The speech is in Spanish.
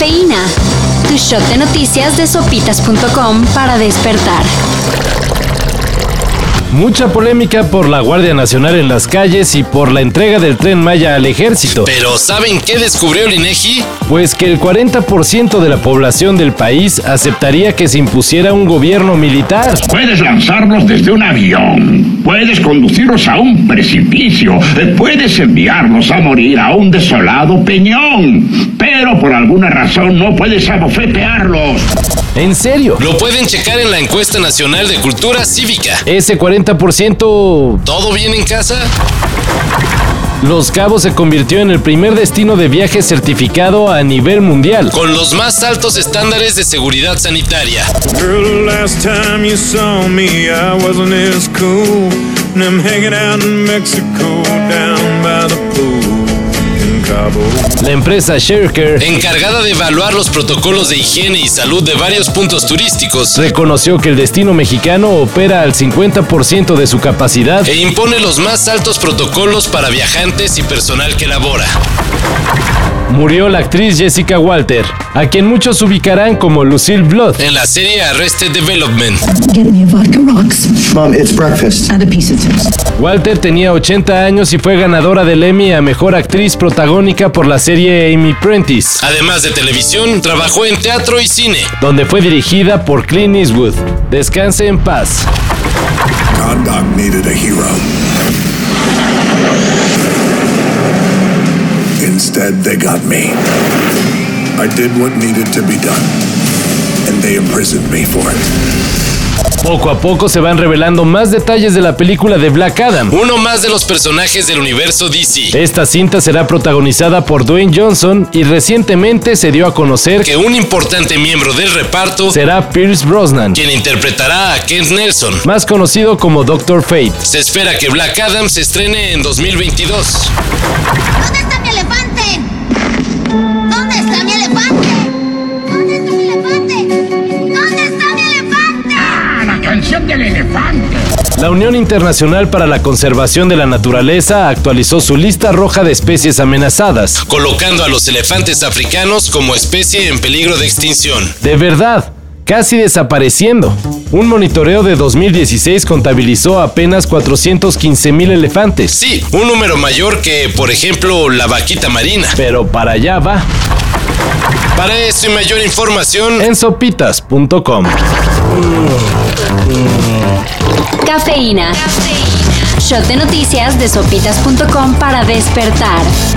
Cafeína, tu shot de noticias de sopitas.com para despertar. Mucha polémica por la Guardia Nacional en las calles y por la entrega del Tren Maya al Ejército. Pero ¿saben qué descubrió el INEGI? Pues que el 40% de la población del país aceptaría que se impusiera un gobierno militar. Puedes lanzarlos desde un avión, puedes conducirlos a un precipicio, puedes enviarlos a morir a un desolado peñón, pero por alguna razón no puedes abofetearlos. ¿En serio? Lo pueden checar en la encuesta nacional de cultura cívica. Ese 40%... ¿Todo bien en casa? Los Cabos se convirtió en el primer destino de viaje certificado a nivel mundial, con los más altos estándares de seguridad sanitaria. La empresa Sharecare, encargada de evaluar los protocolos de higiene y salud de varios puntos turísticos, reconoció que el destino mexicano opera al 50% de su capacidad e impone los más altos protocolos para viajantes y personal que labora. Murió la actriz Jessica Walter, a quien muchos ubicarán como Lucille Blood en la serie Arrested Development. Get me a vodka rocks. Mom, it's breakfast. And a piece of toast. Walter tenía 80 años y fue ganadora del Emmy a Mejor Actriz Protagónica por la serie Amy Prentice. Además de televisión, trabajó en teatro y cine, donde fue dirigida por Clint Eastwood. Descanse en paz. Kahndaq needed a hero. Instead, they got me. I did what needed to be done, and they imprisoned me for it. Poco a poco se van revelando más detalles de la película de Black Adam, uno más de los personajes del universo DC. Esta cinta será protagonizada por Dwayne Johnson y recientemente se dio a conocer que un importante miembro del reparto será Pierce Brosnan, quien interpretará a Kent Nelson, más conocido como Dr. Fate. Se espera que Black Adam se estrene en 2022. ¿Dónde está mi elefante? ¿Dónde está mi elefante? ¿Dónde está mi elefante? ¿Dónde está mi elefante? ¡Ah, la canción del elefante! La Unión Internacional para la Conservación de la Naturaleza actualizó su lista roja de especies amenazadas, colocando a los elefantes africanos como especie en peligro de extinción. De verdad, casi desapareciendo. Un monitoreo de 2016 contabilizó apenas 415,000 elefantes. Sí, un número mayor que, por ejemplo, la vaquita marina. Pero para allá va. Para eso y mayor información en sopitas.com. Cafeína. Shot de noticias de sopitas.com para despertar.